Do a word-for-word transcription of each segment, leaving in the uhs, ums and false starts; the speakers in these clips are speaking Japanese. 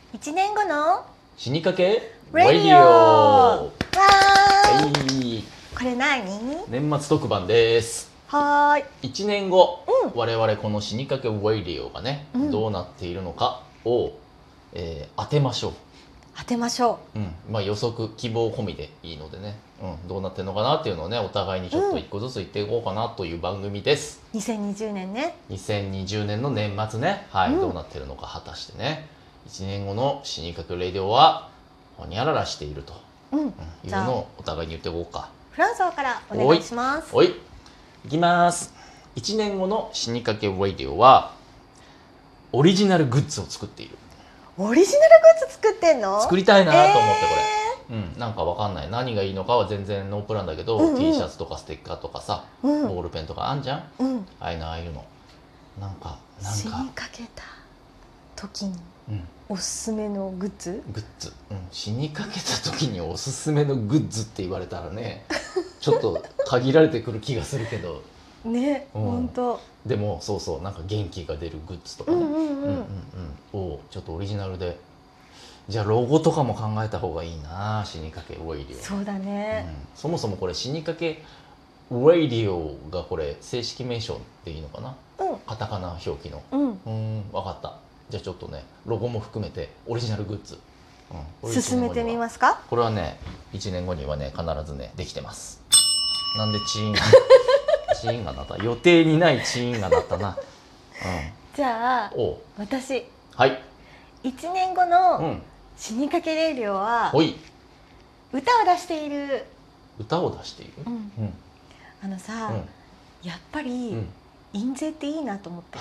一年後の死にかけラディオラディオ。 わはーい、 い、 これ何？ 年末特番です。 はーい。 いちねんご、 うん我々この死にかけラディオがね、 うん、 どうなっているのかを、えー当てましょう。 当てましょうん、まあ予測希望込みでいいのでね、うん、どうなってるのかなっていうのをね、お互いにちょっと一個ずつ言っていこうかなという番組です。 う。にせんにじゅうねんね。 にせんにじゅうねんの年末ね、はい、 うんどうなってるのか果たしてね、いちねんごの死にかけラディオはほにゃららしていると、 うん。 うん、いうじゃあのをお互いに言っていこうか。 フランソワからお願いします。 おい、いきます。いちねんごの死にかけラディオはオリジナルグッズを作っている。 オリジナルグッズ作ってんの？ 作りたいなと思ってこえれ、うん、なんかわかんない、何がいいのかは全然ノープランだけど、 うんうん T シャツとかステッカーとかさ、 ーうんボールペンとかあんじゃん、 うん。 ああいうのああいうのなんかなん死かにかけた時にうんおすすめのグッズ？ グッズ、うん、死にかけた時におすすめのグッズって言われたらねちょっと限られてくる気がするけどね、 うんほんと。 でもそうそう、なんか元気が出るグッズとかね、 うんうんうん。 うんうんうんをちょっとオリジナルで、じゃあロゴとかも考えた方がいいな、死にかけラディオ。 そうだね。 うん、そもそもこれ死にかけラディオがこれ正式名称でいいのかな、 うんカタカナ表記の。 うん。 うん分かった。じゃあちょっとねロゴも含めてオリジナルグッズ、うん、 進めてみますすか？ これはねいちねんごにはね必ずねできてます。なんでチーンチーンが鳴った、予定にないチーンが鳴ったな。 じゃあうん、おう私はいいちねんごうのん死にかけレディオはほい歌を出している。 歌を出している。 うんうんあのさ、やっぱうりん印税っていいなと思って。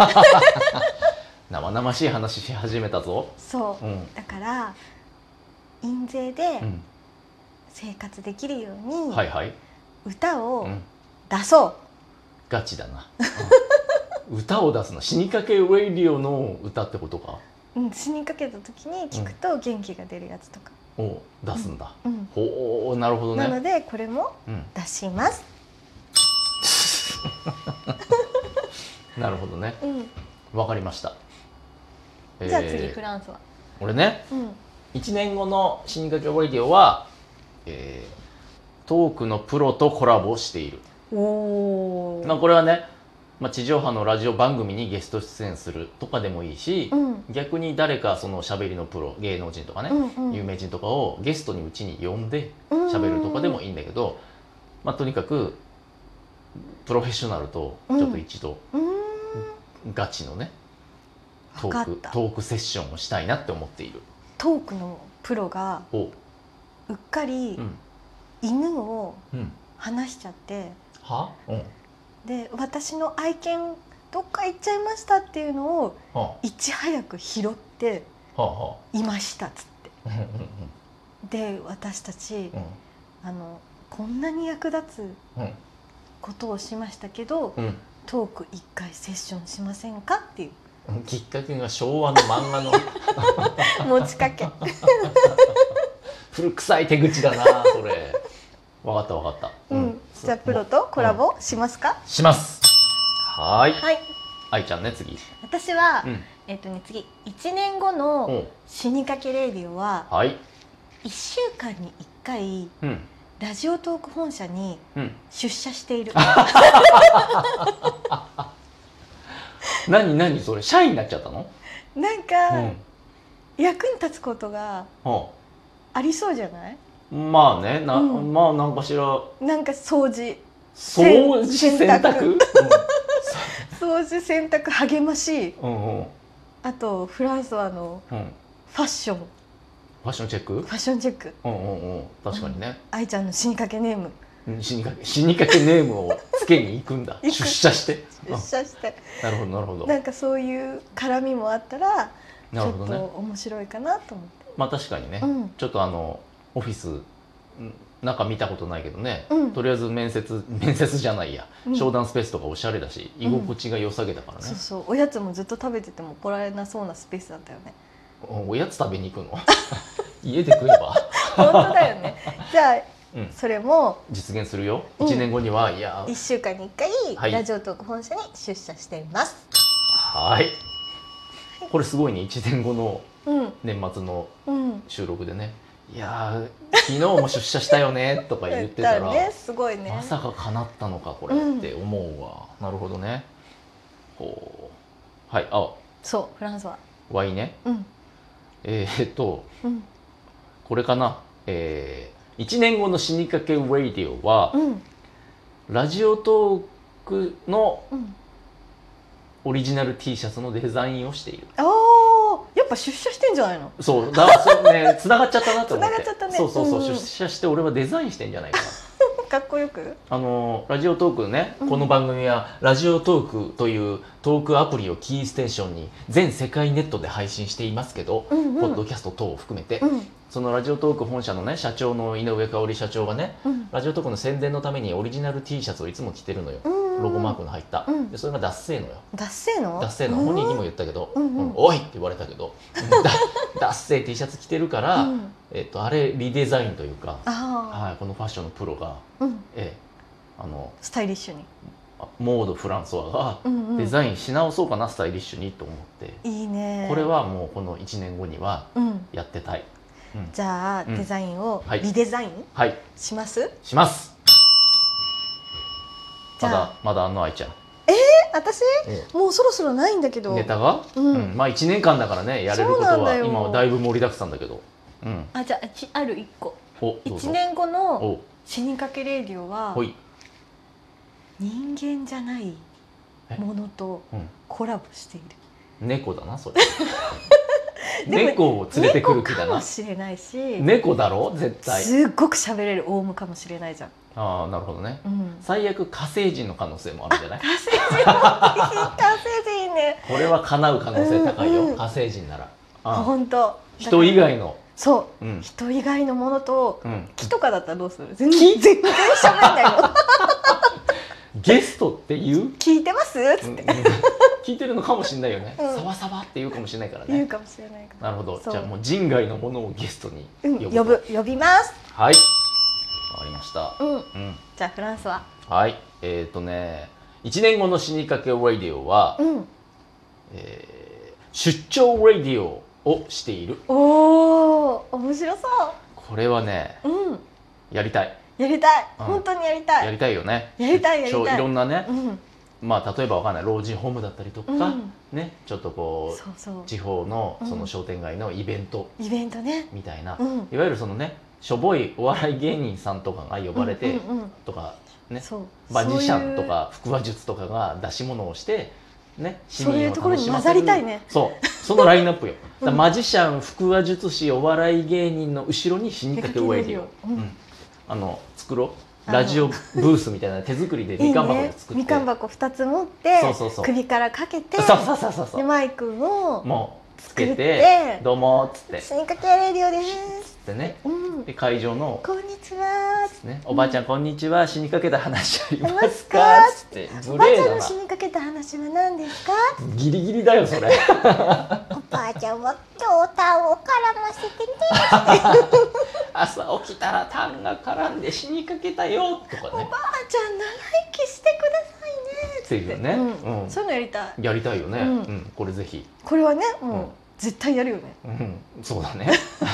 生々しい話し始めたぞ。 そうう、 んだから印税でうん生活できるようにはいはい、 歌をうん、 出そう。 ガチだな、うん、歌を出すの死にかけラディオの歌ってことか。 うん、死にかけた時に聞くと元気が出るやつとか、 を出すんだ、 うんほうなるほどね。 なのでこれもうん、 出します。 なるほどね、 うん、 わかりました。 じゃあ次えーフランスは。 俺ねうんいちねんごの死にかけラディオは、えートークのプロとコラボしている。 おお。 まあこれはね、まあ、地上波のラジオ番組にゲスト出演するとかでもいいし、 うん逆に誰かその喋りのプロ、芸能人とかね、 うんうん有名人とかをゲストにうちに呼んでうん喋るとかでもいいんだけど、まあ、とにかくプロフェッショナルとちょっと一度うーんガチのね、トークわかった。 トークセッションをしたいなって思っている。 トークのプロがおうっかりうん犬をうん話しちゃって、 はうんで私の愛犬どっか行っちゃいましたっていうのをはいち早く拾ってあはあいましたっつってあうんうんで私たちうんあのこんなに役立つうんことをしましたけど、 うんトークいっかいセッションしませんかっていううんきっかけが昭和の漫画の持ちかけ。 古臭い手口だなそれ。わかったわかった、 うん、じゃあプロとコラボしますか？ します。はーい、 はい、 愛ちゃんね次。 私は、 うんえっとね次いちねんごおのう死にかけレディオははいいっしゅうかんにいっかいうんラジオトーク本社にうん出社している。 何何それ社員になっちゃったの？ なんか、役に立つことがうんありそうじゃない？ うんまあねな、 うんまあなんかしらなんか掃除掃除洗洗濯掃除洗濯励まし、 うんうんあとフランスはあのうんファッション、 ファッションチェックファッションチェック、 うんうんうん確かにね、 愛ちゃんの死にかけネームうん死にかけ死にかけネームをつけに行くんだ行く出社して出社して、 なるほどなるほどなんかそういう絡みもあったらちょっとなるほどね。 面白いかなと思って。 まあ確かにね、 うんちょっとあのオフィスん中見たことないけどね、 うんとりあえず面接面接じゃないや、 うん商談スペースとかおしゃれだし居心地が良さげだからね、 そうそうおやつもずっと食べてても怒られなそうなスペースだったよね。 おおやつ食べに行くの家で食えば本当だよね。じゃあうんそれも実現するよ、 うんいちねんごにはいやいっしゅうかんにいっかはいいラジオトーク本社に出社しています。 はいこれすごいねいちねんごのうん年末のうん収録でね「いやー昨日も出社したよね」とか言ってたらねすごいね。 まさか叶ったのかこれって思うわ、なるほどね。ほうはいあそうフランスは。 ワイねうんえー、っとうんこれかな、えー、いちねんごの死にかけラディオは、 うんラジオトークのうん。 オリジナル T シャツのデザインをしている。 ああやっぱ出社してんじゃないの。 そうだそうね繋がっちゃったなって思って繋がっちゃったねそうそうそう、 うんうん出社して俺はデザインしてんじゃないかなかっこよく。 あのラジオトークね、 うんこの番組はラジオトークというトークアプリをキーステーションに全世界ネットで配信していますけど、 うんうんポッドキャスト等を含めて、 うんそのラジオトーク本社のね社長の井上香織社長がねうんラジオトークの宣伝のためにオリジナル T シャツをいつも着てるのよ、 うんロゴマークの入った、 うんでそれがダッセーのよ脱せの。 ダッセーの本人にも言ったけど「 うんうんうんおい!」って言われたけどダダッセー T シャツ着てるから、 うんえっとあれリデザインというか、 あはい、このファッションのプロが、 あうんええ、あのスタイリッシュに。 モード・フランソワがうんうんデザインし直そうかな、スタイリッシュにと思って、 いいね。 これはもうこのいちねんごにはうんやってたい、うんじゃあうんデザインをはいリデザインはいします。 しますまじゃあだまだあんの愛ちゃん、 え私うもうそろそろないんだけど。 んネタが、 うんまあいちねんかんだからねやれることはそうなんだよ今はだいぶ盛りだくさんだけど、うん、 あじゃあちある一個。 おどうぞ一年後のお死にかけレディオはほい、 人間じゃないえものとうん、 コラボしている。 猫だなそれでも猫を連れてくる気だ猫かもなしれないし、 猫だろ絶対すっごく喋れるオウムかもしれないじゃん。 ああなるほどね、 うん。 最悪火星人の可能性もあるんじゃない火星人も火星人いいね。 これは叶う可能性高いよ、 うんうん火星人ならああ本当。 人以外のそう、 うん人以外のものとうん木とかだったらどうする？全然全然喋んないの。 ゲストって言う、 聞いてます？つうんうんって聞いてるのかもしれないよね、 うんサバサバって言うかもしれないからね。 言うかもしれないかなるほど、 そうじゃあもう人外のものをゲストにら。うん呼ぶと、 呼ぶ呼びます。 はいわかりました、 うん。 うん、 じゃあフランスは。 はいえっ、ー、とねいちねんごの死にかけラディオは、 うん。 えー出張ラディオをしている。 おお面白そこれはねう。うん。 やりたいやりたい。 うん本当にやりたい。 やりたいよね。 やりたいやりたい出張いろんなね、 うん。 まあ例えばわかんない老人ホームだったりとか、 うんねちょっとこそうそうう。地方のうんその商店街のイベントイベントね。 みたいな、 うん。 いわゆるそのねしょぼいお笑い芸人さんとかが呼ばれてうんうんうんとかね、 そう。 マジシャンとそういう。 か腹話術とかが出し物をしてね市そういう民をところに混楽しませるざりたいね。 そうそのラインナップよ、 うんだからマジシャン腹話術師お笑い芸人の後ろに死にかけラディオ、 うんうんあの作ろうあのラジオブースみたいな手作りでみかん箱を作っていいね、みかん箱ふたつ持ってそうそうそう首からかけてそうそうそうそうそうでマイクをもうつけ作っててどうもっつって死にかけレディオですでねうんで会場のこんにちはね、おばあちゃんこんにちは死にかけた話ありまありますすかかつっておばあちゃんの無礼だな死にかけた話は何ですかギリギリだよそれおばあちゃんは今日タンを絡ませてね朝起きたらタンが絡んで死にかけたよとかねおばあちゃん長生きしてくださいねっていうね、 うんうんそういうのやりたいやりたいよね、ううんんこれぜひ、 これはねもう、 うん絶対やるよねうん、そうだね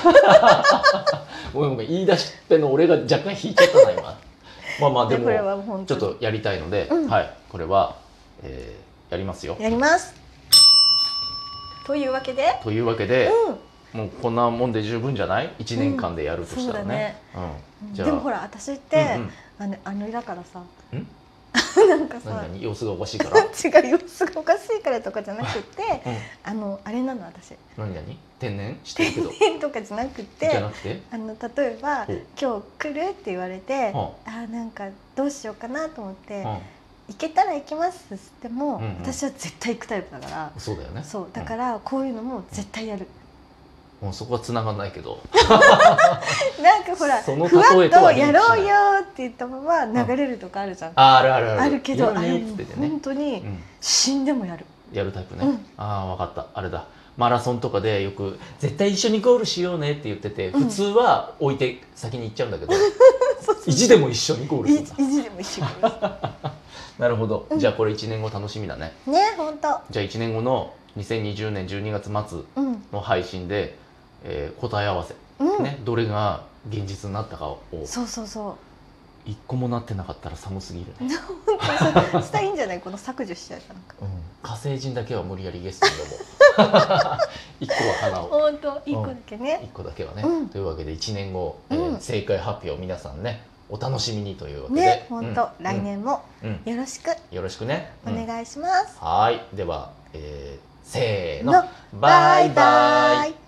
ごめんごめん言い出しっぺの俺が若干引いちゃったな今まあまあでもこれは本当にちょっとやりたいので、 うんはいこれは、えーやりますよやりますというわけでというわけで、 うんもうこんなもんで十分じゃないいちねんかんでやるとしたらね,、うんじゃあでもほら私って、 うんうんあのあのだからさんなんかさ何何様子がおかしいから、 違う様子がおかしいからとかじゃなくてうん、 あのあれなの私何何天然してるけど変とかじゃなくてじゃなくて、 あの例えばほう 「今日来る?」って言われてはあーなんかどうしようかなと思ってあ 「行けたら行きます」っつっても、 うんうん私は絶対行くタイプだからうん、そうだよねそうだからこういうのも絶対やる、 うん、もうそこは繋がんないけどなんかほらそのふわっと例えとはリンやクしないろうよって言ったまま流れるとかあるじゃん、 ああるあるあるあるけどやるあれねっつっててね本、当にうん、 死んでもやる、 やるタイプね、 うんああ分かったあれだマラソンとかでよく「絶対一緒にゴールしようね」って言ってて、 うん普通は置いて先に行っちゃうんだけどそうそう意地でも一緒にゴールするんだい意地でも一緒になるほど、 うんじゃあこれいちねんご楽しみだね。 ね本当じゃあいちねんごのにせんにじゅうねんじゅうにがつ末うんの配信でえー答え合わせ、 うん、 ね、どれが現実になったかをそうそうそう一個もなってなかったら寒すぎるね、 本当にしたらいいんじゃない、この削除しちゃうかなんか。 うん、火星人だけは無理やりゲストに呼ぼう一個は花を本当一個だけね。 一個だけはね、 うんというわけでいちねんご、えーうん正解発表皆さんねお楽しみにというわけで、 ね、本当、 うん来年もうんよろしくよろしくね、 おうん願いします。 はいでは、えーせーののバイバイバイバイ